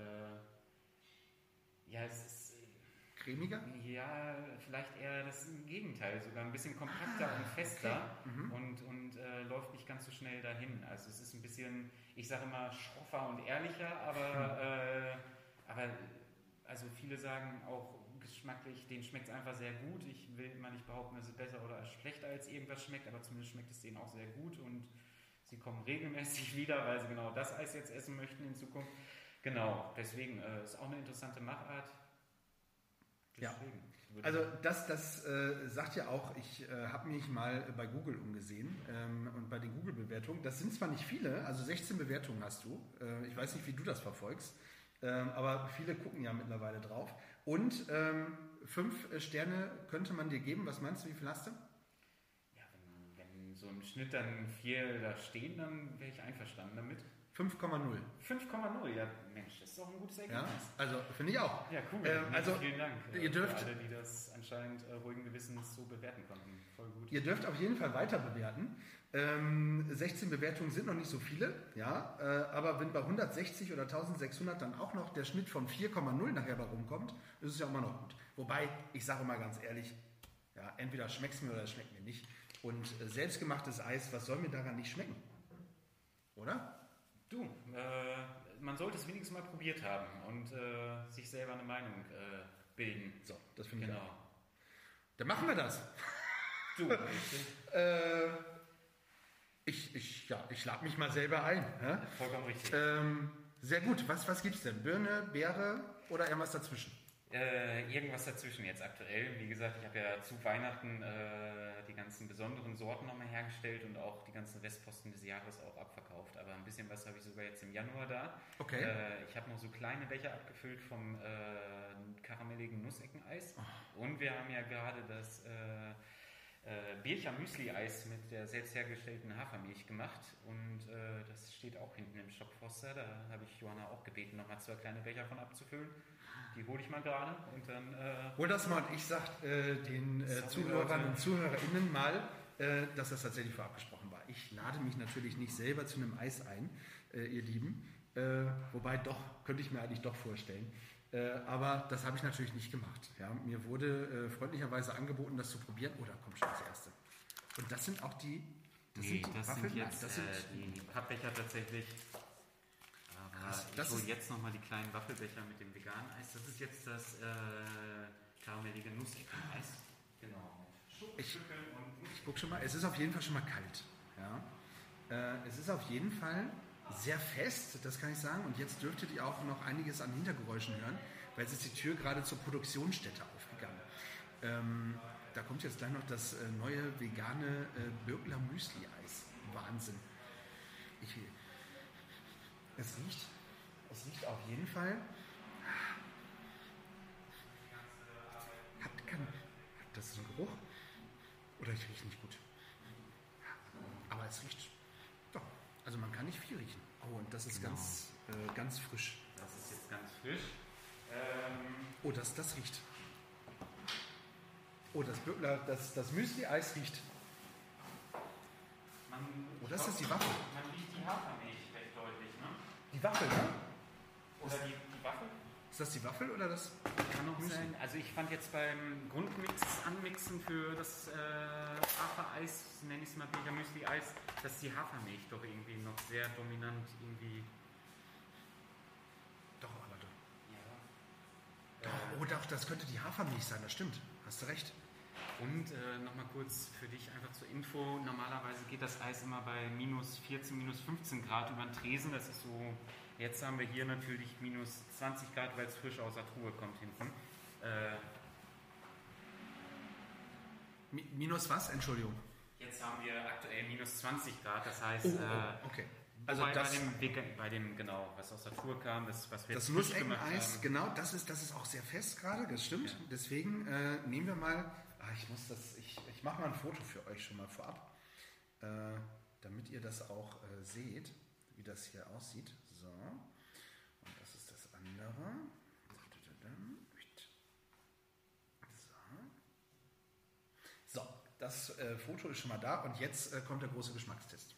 ja, es ist cremiger? Ja, vielleicht eher das Gegenteil, sogar ein bisschen kompakter und fester und läuft nicht ganz so schnell dahin. Also es ist ein bisschen, ich sage immer, schroffer und ehrlicher, aber also viele sagen auch geschmacklich, denen schmeckt es einfach sehr gut. Ich will immer nicht behaupten, dass es besser oder schlechter als irgendwas schmeckt, aber zumindest schmeckt es denen auch sehr gut und sie kommen regelmäßig wieder, weil sie genau das Eis jetzt essen möchten in Zukunft. Genau, deswegen ist auch eine interessante Machart. Ja, also das sagt ja auch, ich habe mich mal bei Google umgesehen und bei den Google-Bewertungen, das sind zwar nicht viele, also 16 Bewertungen hast du, ich weiß nicht, wie du das verfolgst, aber viele gucken ja mittlerweile drauf und 5 Sterne könnte man dir geben, was meinst du, wie viel hast du? Ja, wenn so im Schnitt dann 4 da stehen, dann wäre ich einverstanden damit. 5,0. 5,0, ja Mensch, das ist doch ein gutes Ergebnis. Ja, also finde ich auch. Ja, cool. Also vielen Dank ihr dürft, für alle, die das anscheinend ruhigen Gewissens so bewerten konnten. Voll gut. Ihr dürft auf jeden Fall weiter bewerten. 16 Bewertungen sind noch nicht so viele, ja, aber wenn bei 160 oder 1600 dann auch noch der Schnitt von 4,0 nachher bei rumkommt, ist es ja immer noch gut. Wobei, ich sage mal ganz ehrlich, ja, entweder schmeckt es mir oder es schmeckt mir nicht. Und selbstgemachtes Eis, was soll mir daran nicht schmecken? Oder? Du, man sollte es wenigstens mal probiert haben und sich selber eine Meinung bilden. So, das finde ich genau. auch. Dann machen wir das. Du, ich lade mich mal selber ein. Ja? Vollkommen richtig. Sehr gut. Was gibt's denn? Birne, Beere oder irgendwas dazwischen? Irgendwas dazwischen jetzt aktuell. Wie gesagt, ich habe ja zu Weihnachten die ganzen besonderen Sorten nochmal hergestellt und auch die ganzen Restposten des Jahres auch abverkauft. Aber ein bisschen was habe ich sogar jetzt im Januar da. Okay. Ich habe noch so kleine Becher abgefüllt vom karamelligen Nusseckeneis. Und wir haben ja gerade das Bircher Müsli-Eis mit der selbst hergestellten Hafermilch gemacht. Und das steht auch hinten im Shopfroster. Da habe ich Johanna auch gebeten, nochmal 2 kleine Becher von abzufüllen. Die hole ich mal gerade und dann... Hol das mal und ich sage den Zuhörern und ZuhörerInnen mal, dass das tatsächlich vorab gesprochen war. Ich lade mich natürlich nicht selber zu einem Eis ein, ihr Lieben. Wobei doch, könnte ich mir eigentlich doch vorstellen. Aber das habe ich natürlich nicht gemacht. Ja, mir wurde freundlicherweise angeboten, das zu probieren. Oh, da kommt schon das Erste. Und das sind auch die... Das sind die Pappbecher tatsächlich. Ich hole jetzt nochmal die kleinen Waffelbecher mit dem veganen Eis. Das ist jetzt das karamellige Nusseckeneis. Genau. Ich gucke schon mal. Es ist auf jeden Fall schon mal kalt. Ja. Es ist auf jeden Fall sehr fest, das kann ich sagen. Und jetzt dürftet ihr auch noch einiges an Hintergeräuschen hören, weil jetzt ist die Tür gerade zur Produktionsstätte aufgegangen. Da kommt jetzt gleich noch das neue vegane Birkler Müsli-Eis. Wahnsinn. Es riecht auf jeden Fall. Hat das einen Geruch? Oder ich rieche nicht gut? Aber es riecht. Doch. Also man kann nicht viel riechen. Oh, und das ist genau. ganz frisch. Das ist jetzt ganz frisch. Oh, das riecht. Oh, das Birkler, das Müsli-Eis riecht. Das ist die Waffel. Man riecht die Hafermilch recht deutlich, ne? Die Waffel, ne? Oder die Waffel? Ist das die Waffel oder das? Kann auch sein. Also ich fand jetzt beim Anmixen für das Hafereis, nenne ich es mal Bircher Müsli-Eis, dass die Hafermilch doch irgendwie noch sehr dominant irgendwie... Doch, aber doch. Ja. Oh, doch, das könnte die Hafermilch sein, das stimmt. Hast du recht. Und nochmal kurz für dich einfach zur Info, normalerweise geht das Eis immer bei minus 14, minus 15 Grad über den Tresen. Das ist so, jetzt haben wir hier natürlich minus 20 Grad, weil es frisch aus der Truhe kommt hinten. Minus was? Entschuldigung. Jetzt haben wir aktuell minus 20 Grad, das heißt... okay. Also bei dem, genau, was aus der Truhe kam, was wir das jetzt Nusseckeneis, genau, das ist auch sehr fest gerade, das stimmt. Ja. Deswegen nehmen wir mal, Ich mache mal ein Foto für euch schon mal vorab, damit ihr das auch seht, wie das hier aussieht. So, und das ist das andere. So, das Foto ist schon mal da und jetzt kommt der große Geschmackstest.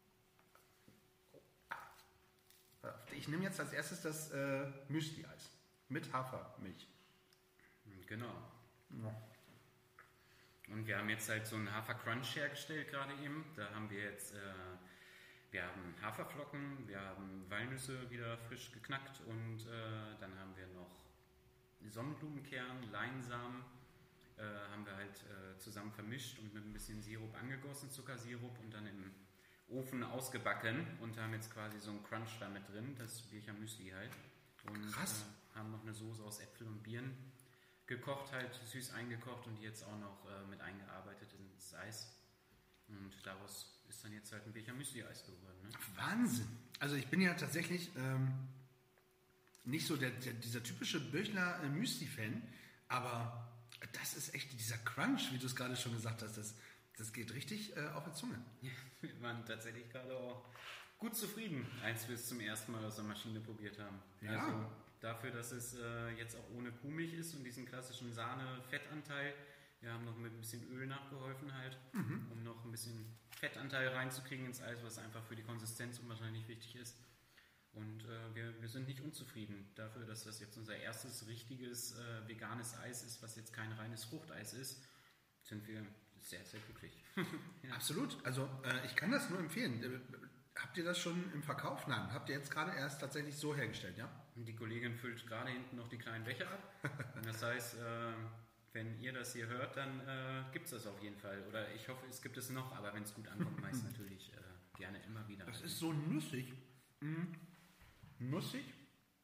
Ich nehme jetzt als erstes das Müsli-Eis mit Hafermilch. Genau. Ja. Und wir haben jetzt halt so einen Hafer-Crunch hergestellt gerade eben. Da haben wir jetzt, wir haben Haferflocken, wir haben Walnüsse wieder frisch geknackt und dann haben wir noch Sonnenblumenkern, Leinsamen, haben wir halt zusammen vermischt und mit ein bisschen Sirup angegossen, Zuckersirup und dann im Ofen ausgebacken und haben jetzt quasi so einen Crunch da mit drin, das Bircher Müsli halt. Und Krass. Haben noch eine Soße aus Äpfel und Birnen gekocht, halt süß eingekocht und die jetzt auch noch mit eingearbeitet ins Eis. Und daraus ist dann jetzt halt ein Bircher Müsli-Eis geworden. Ne? Wahnsinn. Also ich bin ja tatsächlich nicht so dieser typische Birchler Müsli-Fan, aber das ist echt dieser Crunch, wie du es gerade schon gesagt hast, das geht richtig auf die Zunge. Ja, wir waren tatsächlich gerade auch gut zufrieden, als wir es zum ersten Mal aus der Maschine probiert haben. Ja. Also dafür, dass es jetzt auch ohne Kuhmilch ist und diesen klassischen Sahne-Fettanteil. Wir haben noch mit ein bisschen Öl nachgeholfen halt, um noch ein bisschen Fettanteil reinzukriegen ins Eis, was einfach für die Konsistenz unwahrscheinlich wichtig ist. Und wir sind nicht unzufrieden dafür, dass das jetzt unser erstes richtiges veganes Eis ist, was jetzt kein reines Fruchteis ist, sind wir sehr, sehr glücklich. Ja. Absolut. Also ich kann das nur empfehlen. Habt ihr das schon im Verkauf? Nein, habt ihr jetzt gerade erst tatsächlich so hergestellt, ja? Und die Kollegin füllt gerade hinten noch die kleinen Becher ab. Und das heißt, wenn ihr das hier hört, dann gibt es das auf jeden Fall. Oder ich hoffe, es gibt es noch, aber wenn es gut ankommt, meist natürlich gerne immer wieder. Das ist so nussig. Nussig.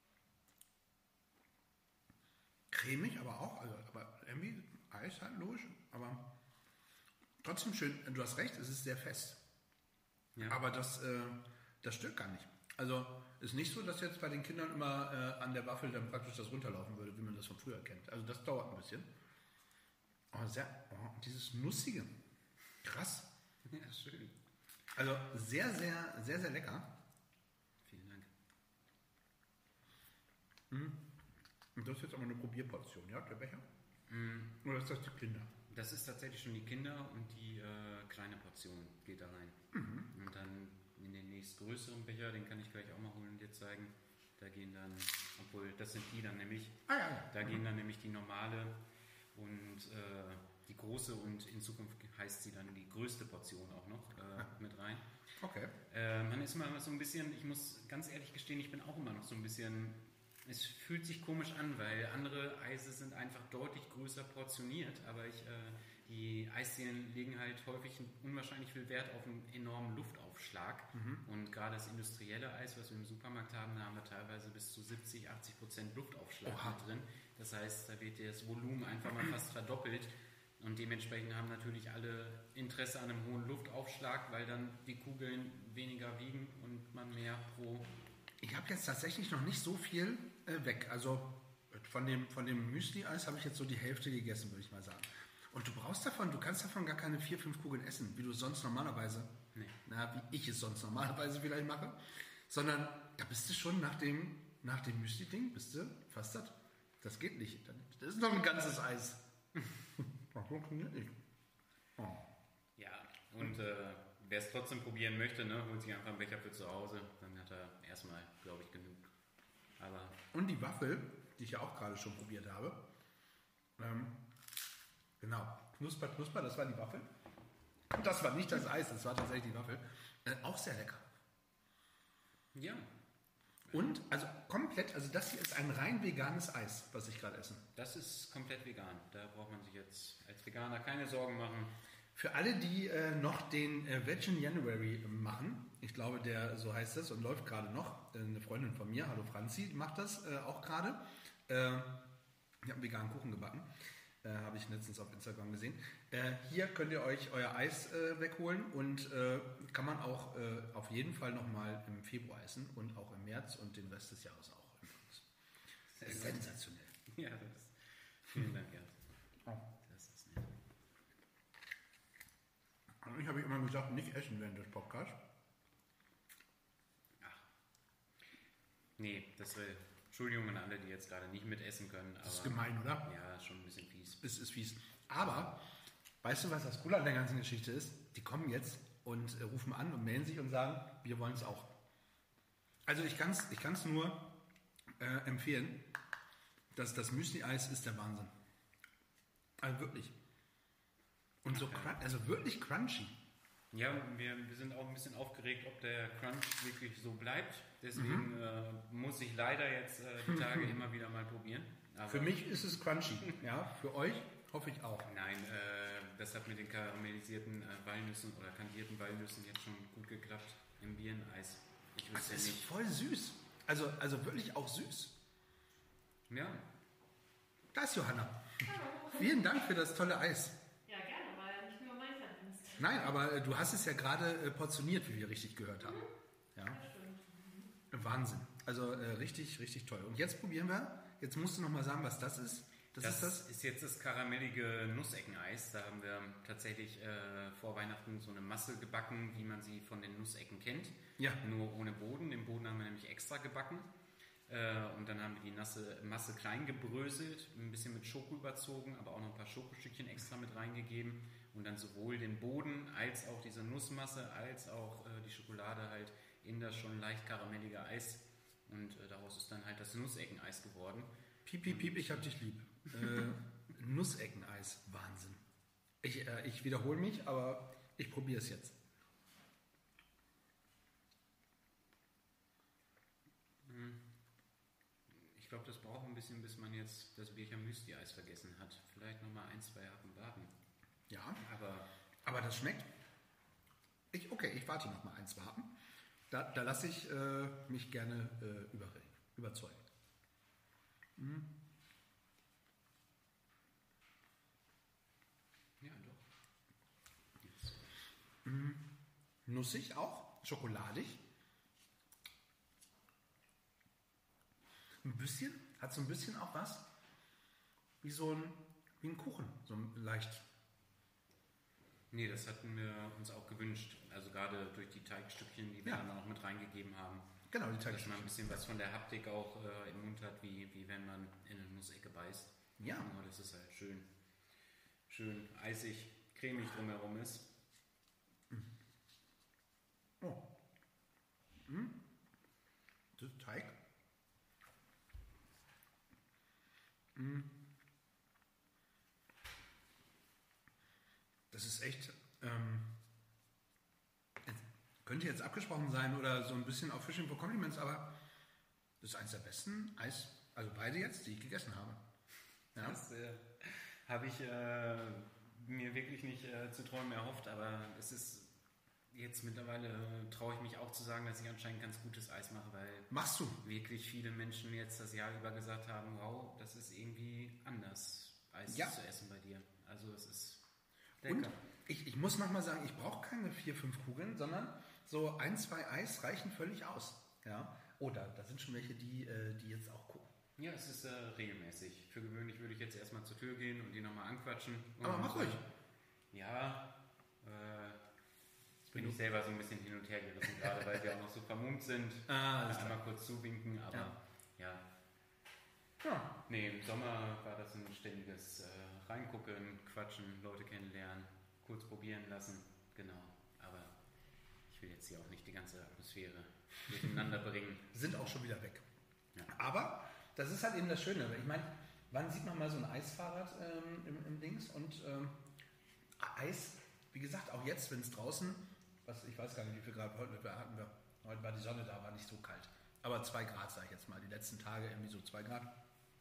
Cremig, aber auch. Also, aber irgendwie Eis halt logisch. Aber trotzdem schön. Du hast recht, es ist sehr fest. Ja. Aber das stört gar nicht. Also ist nicht so, dass jetzt bei den Kindern immer an der Waffel dann praktisch das runterlaufen würde, wie man das von früher kennt. Also das dauert ein bisschen. Aber dieses Nussige. Krass. Ja, schön. Also sehr, sehr, sehr, sehr lecker. Vielen Dank. Und das ist jetzt aber eine Probierportion, ja, der Becher? Oder ist das die Kinder? Das ist tatsächlich schon die Kinder und die kleine Portion geht da rein. Und dann in den nächstgrößeren Becher, den kann ich gleich auch mal holen und dir zeigen. Da gehen dann, obwohl das sind die dann nämlich, da gehen dann nämlich die normale und die große und in Zukunft heißt sie dann die größte Portion auch noch mit rein. Okay. Man ist immer so ein bisschen, ich muss ganz ehrlich gestehen, ich bin auch immer noch so ein bisschen, es fühlt sich komisch an, weil andere Eise sind einfach deutlich größer portioniert, aber die Eisdielen legen halt häufig unwahrscheinlich viel Wert auf einen enormen Luftaufschlag. Und gerade das industrielle Eis, was wir im Supermarkt haben, da haben wir teilweise bis zu 70-80% Luftaufschlag mit drin. Das heißt, da wird das Volumen einfach mal fast verdoppelt. Und dementsprechend haben natürlich alle Interesse an einem hohen Luftaufschlag, weil dann die Kugeln weniger wiegen und man mehr pro... Ich habe jetzt tatsächlich noch nicht so viel weg. Also von dem Müsli-Eis habe ich jetzt so die Hälfte gegessen, würde ich mal sagen. Und du kannst davon gar keine 4-5 Kugeln essen, wie du sonst normalerweise, wie ich es sonst normalerweise vielleicht mache, sondern da bist du schon nach dem Müsli-Ding, bist du fast satt. Das geht nicht. Das ist noch ein ganzes Eis. Das funktioniert nicht. Oh. Ja, und wer es trotzdem probieren möchte, holt sich einfach einen Becher für zu Hause, dann hat er erstmal, glaube ich, genug. Aber und die Waffel, die ich ja auch gerade schon probiert habe, genau, Knusper, Knusper, das war die Waffel. Das war nicht das Eis, das war tatsächlich die Waffel. Auch sehr lecker. ja, Und, also komplett, also das hier ist ein rein veganes Eis, was ich gerade esse. das ist komplett vegan. Da braucht man sich jetzt als Veganer keine Sorgen machen. Für alle, die noch den Vegan January machen, ich glaube, so heißt das und läuft gerade noch, eine Freundin von mir, hallo Franzi, macht das auch gerade. Wir haben veganen Kuchen gebacken, habe ich letztens auf Instagram gesehen. Hier könnt ihr euch euer Eis wegholen und kann man auch auf jeden Fall nochmal im Februar essen und auch im März und den Rest des Jahres auch. Sensationell. Ja, vielen Dank, ja. Oh. Das ist nett. Ich habe immer gesagt, nicht essen während des Podcasts. Nee, Entschuldigung an alle, die jetzt gerade nicht mitessen können. Das ist gemein, oder? Ja, schon ein bisschen fies. Es ist fies. Aber, weißt du, was das Coole an der ganzen Geschichte ist? Die kommen jetzt und rufen an und melden sich und sagen, wir wollen es auch. Also ich kann es nur empfehlen, dass das Müsli-Eis ist der Wahnsinn. Also wirklich. Und so also wirklich crunchy. Ja, wir sind auch ein bisschen aufgeregt, ob der Crunch wirklich so bleibt. Deswegen muss ich leider jetzt die Tage immer wieder mal probieren. Aber für mich ist es crunchy. Ja, für euch hoffe ich auch. Nein, das hat mit den karamellisierten Walnüssen oder kandierten Walnüssen jetzt schon gut geklappt im Birneneis. Ich Das wüsste ist nicht. voll süß. Also wirklich auch süß. Ja, Da ist Johanna. Hallo. Vielen Dank für das tolle Eis. Ja, gerne, war ja nicht nur mein Verdienst. Nein, aber du hast es ja gerade portioniert, wie wir richtig gehört haben. Ja. Das stimmt. Wahnsinn. Also richtig, richtig toll. Und jetzt probieren wir. Jetzt musst du noch mal sagen, was das ist. das ist jetzt das karamellige Nusseckeneis. Da haben wir tatsächlich vor Weihnachten so eine Masse gebacken, wie man sie von den Nussecken kennt. Ja. Nur ohne Boden. Den Boden haben wir nämlich extra gebacken. Und dann haben wir die Masse klein gebröselt, ein bisschen mit Schoko überzogen, aber auch noch ein paar Schokostückchen extra mit reingegeben und dann sowohl den Boden als auch diese Nussmasse als auch die Schokolade halt in das schon leicht karamellige Eis und daraus ist dann halt das Nusseckeneis geworden. Piep, piep, piep, ich hab dich lieb. Nusseckeneis, Wahnsinn. Ich wiederhole mich, aber ich probiere es jetzt. Ich glaube, das braucht ein bisschen, bis man jetzt das Bircher Müsli-Eis vergessen hat. Vielleicht nochmal 1-2 Happen warten. Ja, Aber aber das schmeckt. Ich warte noch mal 1 Happen. Da lasse ich mich gerne überzeugen. ja, doch. Jetzt. Nussig auch, schokoladig. Hat so ein bisschen auch was wie ein Kuchen, so leicht. Nee, das hatten wir uns auch gewünscht. Also gerade durch die Teigstückchen, die wir Ja. dann auch mit reingegeben haben. Genau, die Dass man ein Teigstückchen. bisschen was von der Haptik auch im Mund hat, wie wenn man in eine Nussecke beißt. Ja. Aber das ist halt schön eisig, cremig drumherum ist. Oh. Das ist Teig. Das ist echt. Könnte jetzt abgesprochen sein oder so ein bisschen auf Fishing for Compliments, aber das ist eines der besten Eis, also beide jetzt, die ich gegessen habe. Ja. Das habe ich mir wirklich nicht zu träumen erhofft, aber es ist jetzt mittlerweile, traue ich mich auch zu sagen, dass ich anscheinend ganz gutes Eis mache, weil Machst du? wirklich viele Menschen jetzt das Jahr über gesagt haben, wow, das ist irgendwie anders, Eis Ja. zu essen bei dir. Also es ist Und lecker. ich muss nochmal sagen, ich brauche keine 4, 5 Kugeln, sondern so 1, 2 Eis reichen völlig aus. Ja? Oder da sind schon welche, die jetzt auch gucken. Ja, es ist regelmäßig. Für gewöhnlich würde ich jetzt erstmal zur Tür gehen und die nochmal anquatschen. Aber Und, mach ruhig. Ja, jetzt bin ich selber so ein bisschen hin und her gerissen, gerade weil wir auch noch so vermummt sind. Alles klar. Einmal kurz zuwinken, aber ja. Ja. Nee, im Sommer war das ein ständiges Reingucken, Quatschen, Leute kennenlernen, kurz probieren lassen. Genau, aber ich will jetzt hier auch nicht die ganze Atmosphäre durcheinander bringen. Sind auch schon wieder weg. Ja. Aber das ist halt eben das Schöne. Ich meine, wann sieht man mal so ein Eisfahrrad im Dings? Und Eis, wie gesagt, auch jetzt, wenn es draußen, ich weiß gar nicht, wie viel Grad heute hatten wir. Heute war die Sonne da, war nicht so kalt. Aber 2 Grad, sage ich jetzt mal. Die letzten Tage irgendwie so 2 Grad.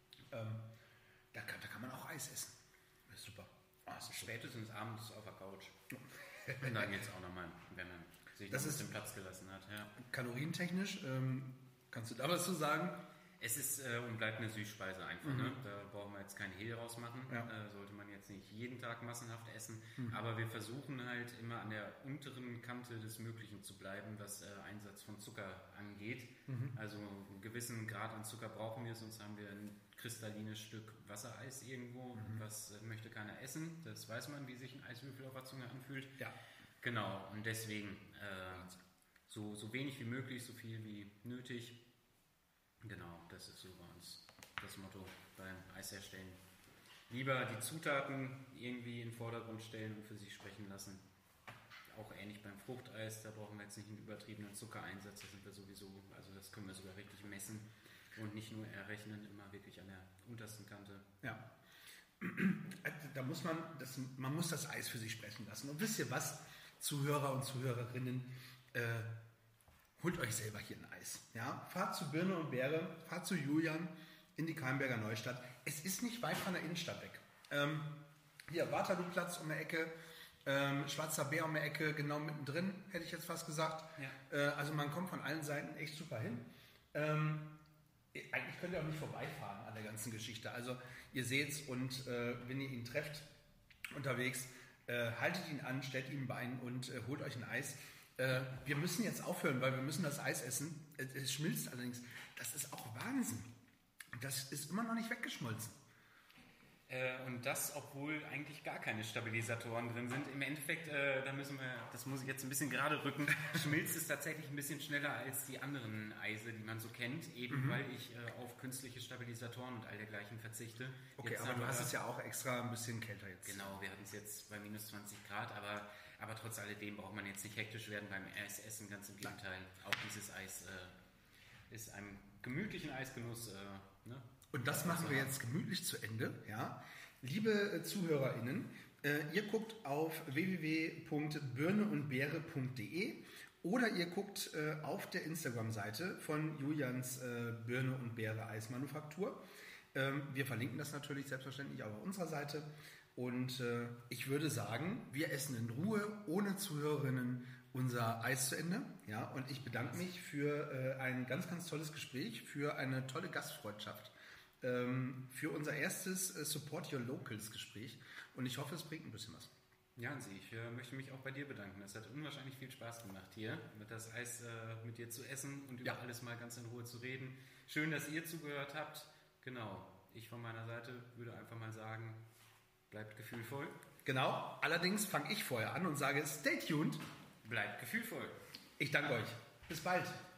Da kann man auch Eis essen. Das ist super. Das ist Spätestens abends auf der Couch. Und dann jetzt auch nochmal, wenn man sich Das noch ein ist- bisschen Platz gelassen hat. Ja. kalorientechnisch. Kannst du da was zu sagen? Es ist und bleibt eine Süßspeise einfach. Ne? Da brauchen wir jetzt kein Hehl rausmachen. Ja. Sollte man jetzt nicht jeden Tag massenhaft essen. Aber wir versuchen halt immer an der unteren Kante des Möglichen zu bleiben, was Einsatz von Zucker angeht. Also einen gewissen Grad an Zucker brauchen wir, sonst haben wir ein kristallines Stück Wassereis irgendwo. Was möchte keiner essen. Das weiß man, wie sich ein Eiswürfel auf der Zunge anfühlt. Ja. Genau, und deswegen so wenig wie möglich, so viel wie nötig. Genau, das ist so bei uns das Motto beim Eisherstellen. Lieber die Zutaten irgendwie in den Vordergrund stellen und für sich sprechen lassen. Auch ähnlich beim Fruchteis, da brauchen wir jetzt nicht einen übertriebenen Zuckereinsatz, da sind wir sowieso, also das können wir sogar richtig messen und nicht nur errechnen, immer wirklich an der untersten Kante. Ja. Da muss man muss das Eis für sich sprechen lassen. Und wisst ihr was, Zuhörer und Zuhörerinnen, holt euch selber hier ein Eis. Ja? Fahrt zu Birne und Beere, fahrt zu Julian in die Keimberger Neustadt. Es ist nicht weit von der Innenstadt weg. Hier, Waterlooplatz um die Ecke, Schwarzer Bär um die Ecke, genau mittendrin, hätte ich jetzt fast gesagt. Ja. Also man kommt von allen Seiten echt super hin. Eigentlich könnt ihr auch nicht vorbeifahren an der ganzen Geschichte. Also ihr seht's und wenn ihr ihn trefft unterwegs, haltet ihn an, stellt ihm ein Bein und holt euch ein Eis. Wir müssen jetzt aufhören, weil wir müssen das Eis essen. Es schmilzt allerdings. Das ist auch Wahnsinn. Das ist immer noch nicht weggeschmolzen. Und das, obwohl eigentlich gar keine Stabilisatoren drin sind. Im Endeffekt, das muss ich jetzt ein bisschen gerade rücken, schmilzt es tatsächlich ein bisschen schneller als die anderen Eise, die man so kennt, eben weil ich auf künstliche Stabilisatoren und all dergleichen verzichte. Okay, jetzt aber du hast es ja auch extra ein bisschen kälter jetzt. Genau, wir hatten es jetzt bei minus 20 Grad, aber trotz alledem braucht man jetzt nicht hektisch werden beim Essen, ganz im Gegenteil. Auch dieses Eis ist einem gemütlichen Eisgenuss, ne? Und das machen wir jetzt gemütlich zu Ende. Ja? Liebe ZuhörerInnen, ihr guckt auf www.birneundbeere.de oder ihr guckt auf der Instagram-Seite von Julians Birne und Beere Eismanufaktur. Wir verlinken das natürlich selbstverständlich auch auf unserer Seite. Und ich würde sagen, wir essen in Ruhe, ohne Zuhörerinnen, unser Eis zu Ende. Ja? Und ich bedanke mich für ein ganz, ganz tolles Gespräch, für eine tolle Gastfreundschaft. Für unser erstes Support Your Locals Gespräch und ich hoffe, es bringt ein bisschen was. Jansi, ich möchte mich auch bei dir bedanken. Es hat unwahrscheinlich viel Spaß gemacht hier, mit das Eis mit dir zu essen und über alles mal ganz in Ruhe zu reden. Schön, dass ihr zugehört habt. Genau, ich von meiner Seite würde einfach mal sagen, bleibt gefühlvoll. Genau, allerdings fange ich vorher an und sage, stay tuned. Bleibt gefühlvoll. Ich danke euch. Bis bald.